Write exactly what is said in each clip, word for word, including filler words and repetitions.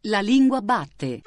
La lingua batte.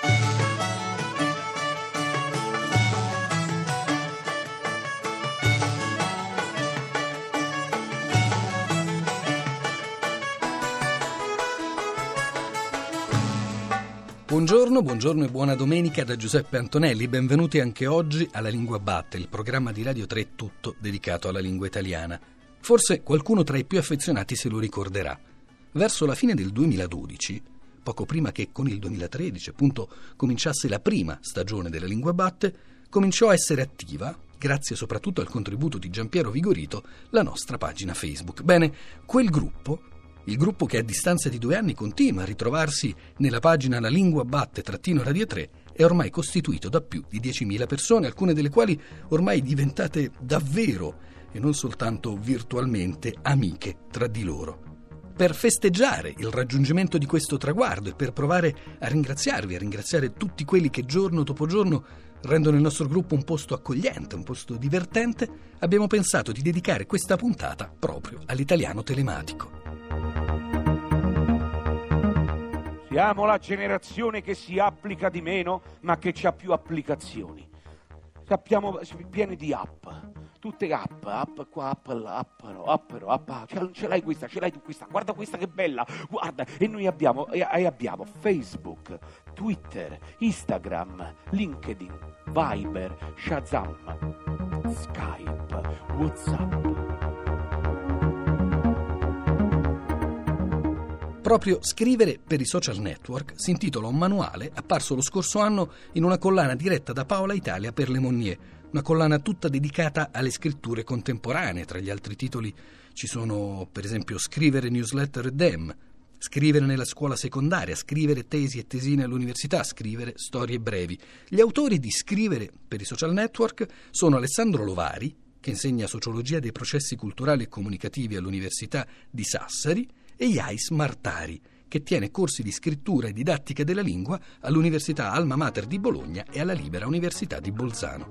Buongiorno, buongiorno e buona domenica da Giuseppe Antonelli. Benvenuti anche oggi alla Lingua Batte, il programma di Radio tre tutto dedicato alla lingua italiana. Forse qualcuno tra i più affezionati se lo ricorderà. Verso la fine del duemiladodici, poco prima che con il duemilatredici appunto cominciasse la prima stagione della Lingua Batte, cominciò a essere attiva, grazie soprattutto al contributo di Giampiero Vigorito, la nostra pagina Facebook. Bene, quel gruppo, il gruppo che a distanza di due anni continua a ritrovarsi nella pagina La Lingua Batte-Radio tre, è ormai costituito da più di diecimila persone, alcune delle quali ormai diventate davvero, e non soltanto virtualmente, amiche tra di loro. Per festeggiare il raggiungimento di questo traguardo e per provare a ringraziarvi, a ringraziare tutti quelli che giorno dopo giorno rendono il nostro gruppo un posto accogliente, un posto divertente, abbiamo pensato di dedicare questa puntata proprio all'italiano telematico. Siamo la generazione che si applica di meno, ma che ha più applicazioni. Sappiamo, pieni di app, tutte app, app qua, app là, app no, app no, app, ce, ce l'hai questa, ce l'hai tu questa, guarda questa che bella, guarda, e noi abbiamo, e, e abbiamo Facebook, Twitter, Instagram, LinkedIn, Viber, Shazam, Skype, WhatsApp. Proprio Scrivere per i social network si intitola un manuale apparso lo scorso anno in una collana diretta da Paola Italia per Le Monnier, una collana tutta dedicata alle scritture contemporanee. Tra gli altri titoli ci sono per esempio Scrivere newsletter e dem, Scrivere nella scuola secondaria, Scrivere tesi e tesine all'università, Scrivere storie brevi. Gli autori di Scrivere per i social network sono Alessandro Lovari, che insegna sociologia dei processi culturali e comunicativi all'Università di Sassari, e Jais Martari, che tiene corsi di scrittura e didattica della lingua all'Università Alma Mater di Bologna e alla Libera Università di Bolzano.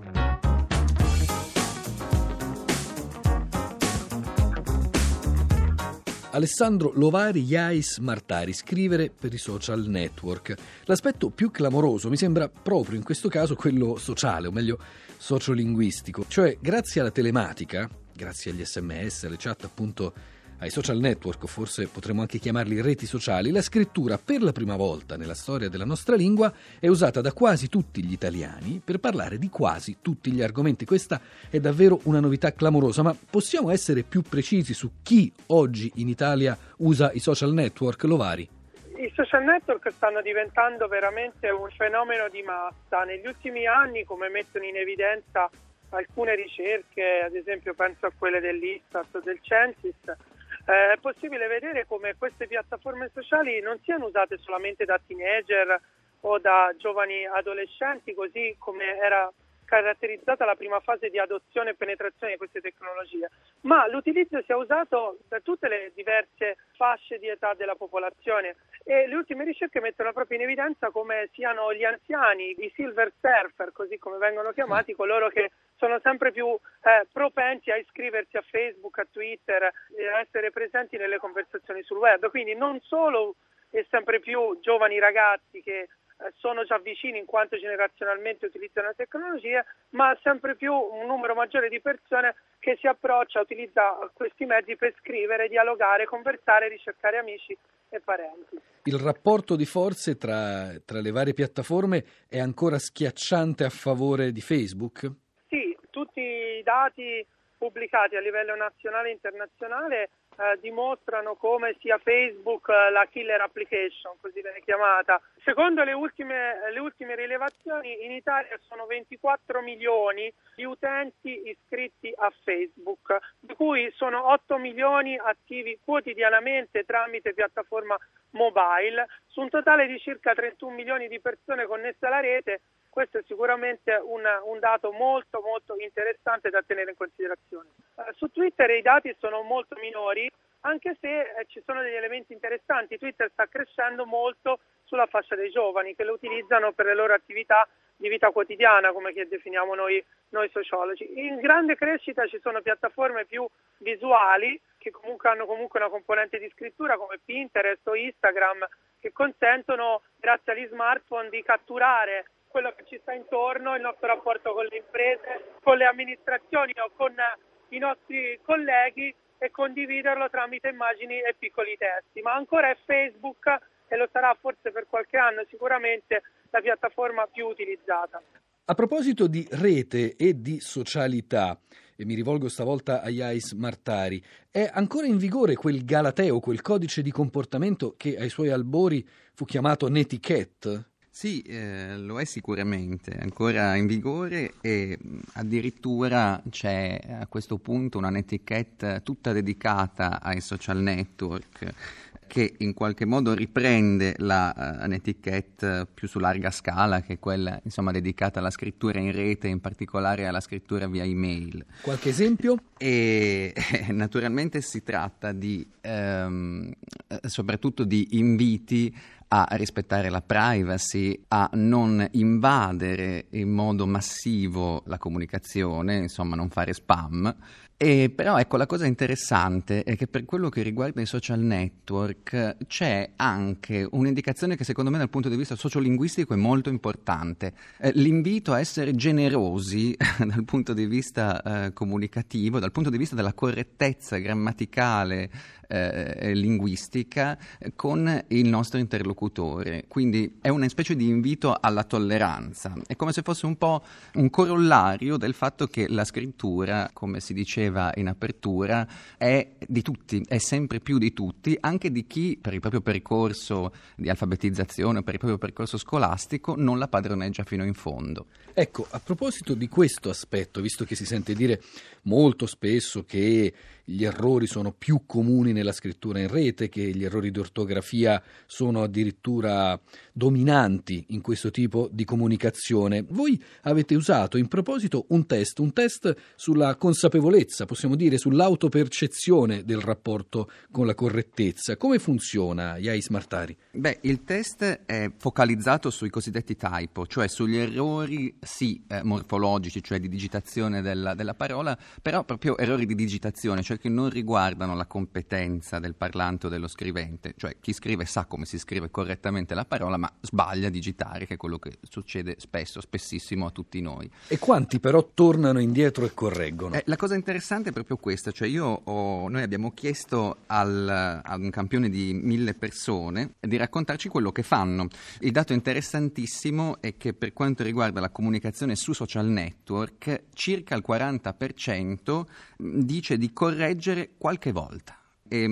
Alessandro Lovari, Jais Martari, Scrivere per i social network. L'aspetto più clamoroso mi sembra proprio in questo caso quello sociale, o meglio sociolinguistico, cioè grazie alla telematica, grazie agli sms, alle chat appunto, ai social network, o forse potremmo anche chiamarli reti sociali, la scrittura per la prima volta nella storia della nostra lingua è usata da quasi tutti gli italiani per parlare di quasi tutti gli argomenti. Questa è davvero una novità clamorosa, ma possiamo essere più precisi su chi oggi in Italia usa i social network, Lovari? I social network stanno diventando veramente un fenomeno di massa. Negli ultimi anni, come mettono in evidenza alcune ricerche, ad esempio penso a quelle dell'Istat o del Censis, Eh, è possibile vedere come queste piattaforme sociali non siano usate solamente da teenager o da giovani adolescenti, così come era caratterizzata la prima fase di adozione e penetrazione di queste tecnologie, ma l'utilizzo sia usato da tutte le diverse fasce di età della popolazione, e le ultime ricerche mettono proprio in evidenza come siano gli anziani, i silver surfer, così come vengono chiamati, coloro che sono sempre più eh, propensi a iscriversi a Facebook, a Twitter, e a essere presenti nelle conversazioni sul web. Quindi non solo e sempre più giovani ragazzi che eh, sono già vicini in quanto generazionalmente utilizzano le tecnologie, ma sempre più un numero maggiore di persone che si approccia, utilizza questi mezzi per scrivere, dialogare, conversare, ricercare amici e parenti. Il rapporto di forze tra, tra le varie piattaforme è ancora schiacciante a favore di Facebook? Sì, tutti i dati pubblicati a livello nazionale e internazionale eh, dimostrano come sia Facebook eh, la killer application, così viene chiamata. Secondo le ultime, le ultime rilevazioni, in Italia sono ventiquattro milioni di utenti iscritti a Facebook, di cui sono otto milioni attivi quotidianamente tramite piattaforma mobile, su un totale di circa trentuno milioni di persone connesse alla rete. Questo è sicuramente un, un dato molto molto interessante da tenere in considerazione. Uh, su Twitter i dati sono molto minori, anche se eh, ci sono degli elementi interessanti. Twitter sta crescendo molto sulla fascia dei giovani che lo utilizzano per le loro attività di vita quotidiana, come che definiamo noi, noi sociologi. In grande crescita ci sono piattaforme più visuali che comunque hanno comunque una componente di scrittura come Pinterest o Instagram, che consentono grazie agli smartphone di catturare quello che ci sta intorno, il nostro rapporto con le imprese, con le amministrazioni o con i nostri colleghi e condividerlo tramite immagini e piccoli testi. Ma ancora è Facebook, e lo sarà forse per qualche anno sicuramente, la piattaforma più utilizzata. A proposito di rete e di socialità, e mi rivolgo stavolta a Jais Martari, è ancora in vigore quel galateo, quel codice di comportamento che ai suoi albori fu chiamato netiquette? Sì, eh, lo è sicuramente, è ancora in vigore e addirittura c'è a questo punto una netiquette tutta dedicata ai social network che in qualche modo riprende la uh, netiquette più su larga scala, che è quella insomma dedicata alla scrittura in rete, in particolare alla scrittura via email. Qualche esempio? E eh, naturalmente si tratta di ehm, soprattutto di inviti a rispettare la privacy, a non invadere in modo massivo la comunicazione, insomma non fare spam. E però ecco, la cosa interessante è che per quello che riguarda i social network c'è anche un'indicazione che secondo me dal punto di vista sociolinguistico è molto importante. Eh, l'invito a essere generosi dal punto di vista eh, comunicativo, dal punto di vista della correttezza grammaticale eh, linguistica eh, con il nostro interlocutore. Quindi è una specie di invito alla tolleranza. È come se fosse un po' un corollario del fatto che la scrittura, come si diceva in apertura, è di tutti, è sempre più di tutti, anche di chi per il proprio percorso di alfabetizzazione, per il proprio percorso scolastico non la padroneggia fino in fondo. Ecco, a proposito di questo aspetto, visto che si sente dire molto spesso che gli errori sono più comuni nella scrittura in rete, che gli errori di ortografia sono addirittura dominanti in questo tipo di comunicazione, voi avete usato in proposito un test, un test sulla consapevolezza, possiamo dire sull'autopercezione del rapporto con la correttezza. Come funziona, Jais Martari? Beh, il test è focalizzato sui cosiddetti typo, cioè sugli errori sì eh, morfologici, cioè di digitazione della, della parola, però proprio errori di digitazione, cioè che non riguardano la competenza del parlante o dello scrivente, cioè chi scrive sa come si scrive correttamente la parola ma sbaglia a digitare, che è quello che succede spesso, spessissimo a tutti noi. E quanti però tornano indietro e correggono? Eh, la cosa interessante è proprio questa, cioè io ho, noi abbiamo chiesto al, a un campione di mille persone di raccontarci quello che fanno. Il dato interessantissimo è che per quanto riguarda la comunicazione su social network, circa il quaranta per cento dice di correggere qualche volta. E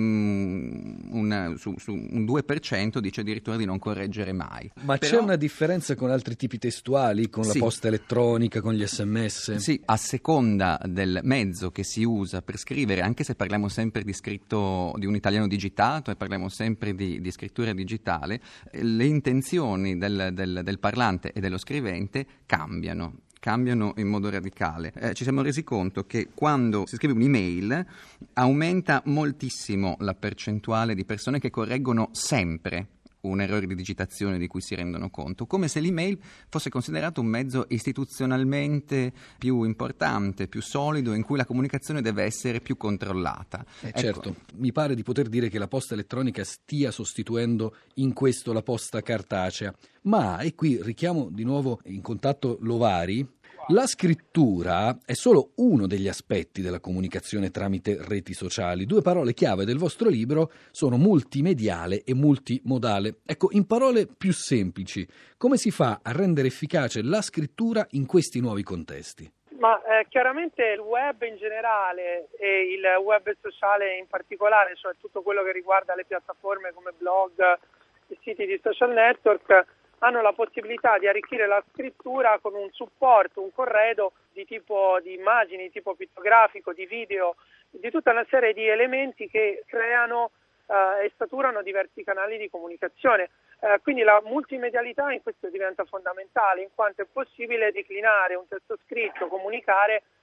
una, su, su un due per cento dice addirittura di non correggere mai. Ma Però, c'è una differenza con altri tipi testuali, con sì, la posta elettronica, con gli sms? Sì, a seconda del mezzo che si usa per scrivere, anche se parliamo sempre di scritto di un italiano digitato e parliamo sempre di, di scrittura digitale, le intenzioni del, del, del parlante e dello scrivente cambiano. cambiano in modo radicale. Eh, ci siamo resi conto che quando si scrive un'email aumenta moltissimo la percentuale di persone che correggono sempre un errore di digitazione di cui si rendono conto, come se l'email fosse considerato un mezzo istituzionalmente più importante, più solido, in cui la comunicazione deve essere più controllata. Eh, ecco. Certo, mi pare di poter dire che la posta elettronica stia sostituendo in questo la posta cartacea, ma, e qui richiamo di nuovo in contatto Lovari, la scrittura è solo uno degli aspetti della comunicazione tramite reti sociali. Due parole chiave del vostro libro sono multimediale e multimodale. Ecco, in parole più semplici, come si fa a rendere efficace la scrittura in questi nuovi contesti? Ma eh, chiaramente il web in generale e il web sociale in particolare, cioè tutto quello che riguarda le piattaforme come blog e siti di social network, hanno la possibilità di arricchire la scrittura con un supporto, un corredo di tipo di immagini, di tipo pittografico, di video, di tutta una serie di elementi che creano eh, e saturano diversi canali di comunicazione. Eh, quindi la multimedialità in questo diventa fondamentale, in quanto è possibile declinare un testo scritto, comunicare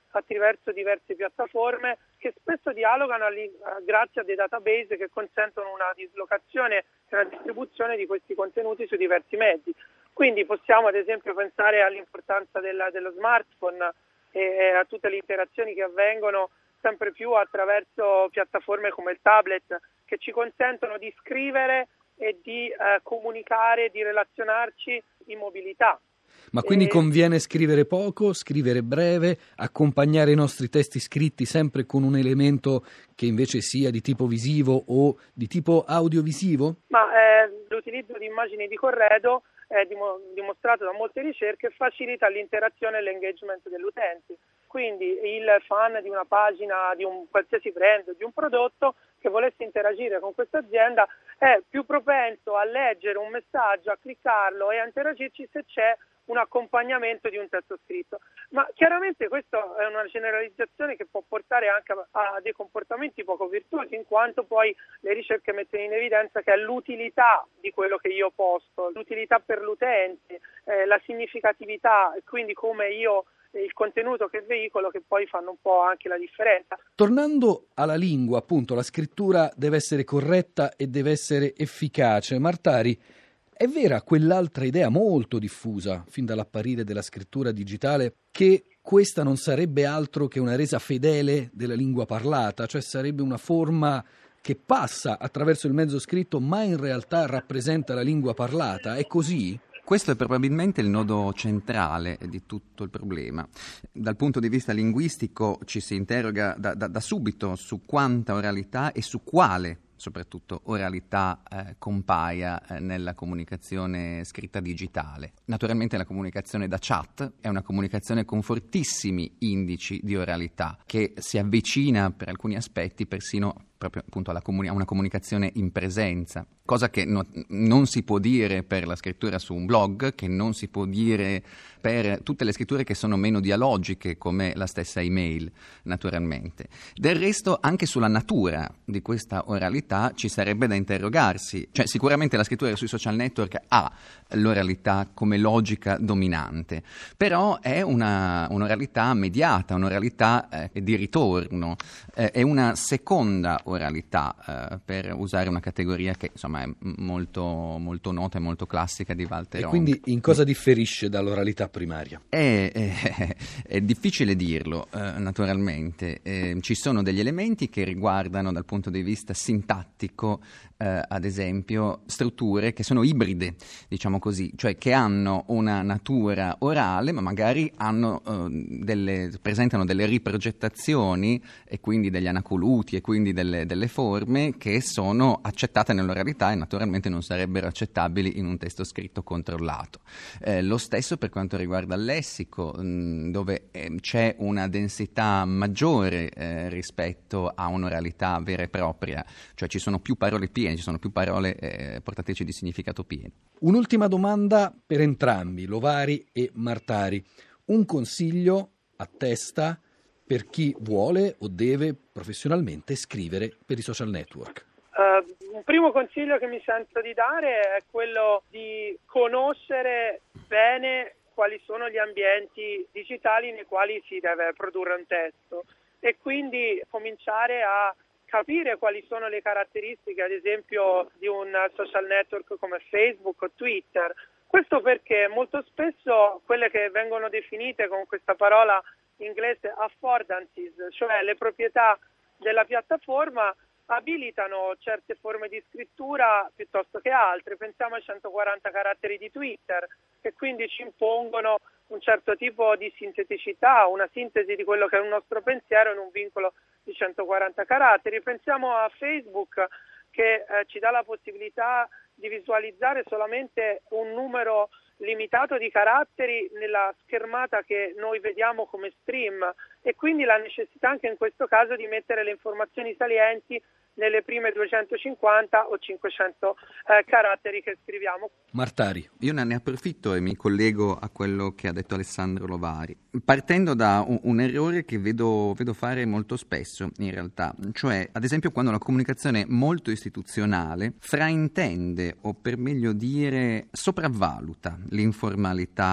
attraverso diverse piattaforme che spesso dialogano alli, grazie a dei database che consentono una dislocazione e una distribuzione di questi contenuti su diversi mezzi. Quindi possiamo ad esempio pensare all'importanza della, dello smartphone e a tutte le interazioni che avvengono sempre più attraverso piattaforme come il tablet, che ci consentono di scrivere e di eh, comunicare, di relazionarci in mobilità. Ma quindi e... conviene scrivere poco, scrivere breve, accompagnare i nostri testi scritti sempre con un elemento che invece sia di tipo visivo o di tipo audiovisivo? Ma eh, l'utilizzo di immagini di corredo è dimostrato da molte ricerche, facilita l'interazione e l'engagement dell'utente. Quindi il fan di una pagina, di un qualsiasi brand, di un prodotto che volesse interagire con questa azienda è più propenso a leggere un messaggio, a cliccarlo e a interagirci se c'è un accompagnamento di un testo scritto. Ma chiaramente questa è una generalizzazione che può portare anche a, a dei comportamenti poco virtuosi, in quanto poi le ricerche mettono in evidenza che è l'utilità di quello che io posto, l'utilità per l'utente, eh, la significatività e quindi come io il contenuto che veicolo che poi fanno un po' anche la differenza. Tornando alla lingua, appunto, la scrittura deve essere corretta e deve essere efficace. Martari, è vera quell'altra idea molto diffusa fin dall'apparire della scrittura digitale che questa non sarebbe altro che una resa fedele della lingua parlata, cioè sarebbe una forma che passa attraverso il mezzo scritto ma in realtà rappresenta la lingua parlata? È così? Questo è probabilmente il nodo centrale di tutto il problema. Dal punto di vista linguistico ci si interroga da, da, da subito su quanta oralità e su quale soprattutto oralità eh, compaia eh, nella comunicazione scritta digitale. Naturalmente la comunicazione da chat è una comunicazione con fortissimi indici di oralità che si avvicina per alcuni aspetti persino proprio appunto alla comuni- a una comunicazione in presenza, cosa che no, non si può dire per la scrittura su un blog, che non si può dire per tutte le scritture che sono meno dialogiche, come la stessa email, naturalmente. Del resto, anche sulla natura di questa oralità ci sarebbe da interrogarsi. Cioè, sicuramente la scrittura sui social network ha l'oralità come logica dominante, però è una, un'oralità mediata, un'oralità eh, di ritorno, eh, è una seconda oralità, eh, per usare una categoria che insomma è molto, molto nota e molto classica di Walter Ong. E quindi in cosa differisce dall'oralità primaria? È, è, è difficile dirlo, eh, naturalmente. Eh, ci sono degli elementi che riguardano dal punto di vista sintattico, eh, ad esempio, strutture che sono ibride, diciamo così, cioè che hanno una natura orale, ma magari hanno, eh, delle, presentano delle riprogettazioni e quindi degli anacoluti e quindi delle, delle forme che sono accettate nell'oralità e naturalmente non sarebbero accettabili in un testo scritto controllato. Eh, lo stesso per quanto riguarda il lessico, mh, dove eh, c'è una densità maggiore eh, rispetto a un'oralità vera e propria, cioè ci sono più parole piene, ci sono più parole eh, portatrici di significato pieno. Un'ultima domanda per entrambi, Lovari e Martari. Un consiglio a testa per chi vuole o deve professionalmente scrivere per i social network? Uh, un primo consiglio che mi sento di dare è quello di conoscere bene quali sono gli ambienti digitali nei quali si deve produrre un testo e quindi cominciare a capire quali sono le caratteristiche, ad esempio, di un social network come Facebook o Twitter. Questo perché molto spesso quelle che vengono definite con questa parola inglese affordances, cioè le proprietà della piattaforma, abilitano certe forme di scrittura piuttosto che altre. Pensiamo ai centoquaranta caratteri di Twitter, che quindi ci impongono un certo tipo di sinteticità, una sintesi di quello che è il nostro pensiero in un vincolo di centoquaranta caratteri. Pensiamo a Facebook, che eh, ci dà la possibilità di visualizzare solamente un numero limitato di caratteri nella schermata che noi vediamo come stream e quindi la necessità anche in questo caso di mettere le informazioni salienti nelle prime duecentocinquanta o cinquecento eh, caratteri che scriviamo. Martari. Io ne approfitto e mi collego a quello che ha detto Alessandro Lovari, partendo da un, un errore che vedo, vedo fare molto spesso in realtà, cioè ad esempio quando la comunicazione molto istituzionale fraintende o per meglio dire sopravvaluta l'informalità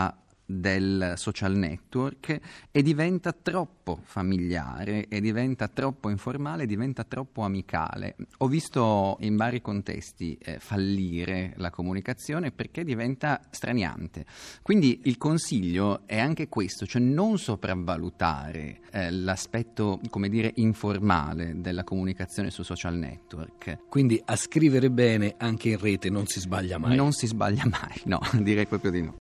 del social network e diventa troppo familiare, e diventa troppo informale, diventa troppo amicale. Ho visto in vari contesti eh, fallire la comunicazione perché diventa straniante. Quindi il consiglio è anche questo, cioè non sopravvalutare eh, l'aspetto, come dire, informale della comunicazione su social network. Quindi a scrivere bene anche in rete non si sbaglia mai. Non si sbaglia mai, no, direi proprio di no.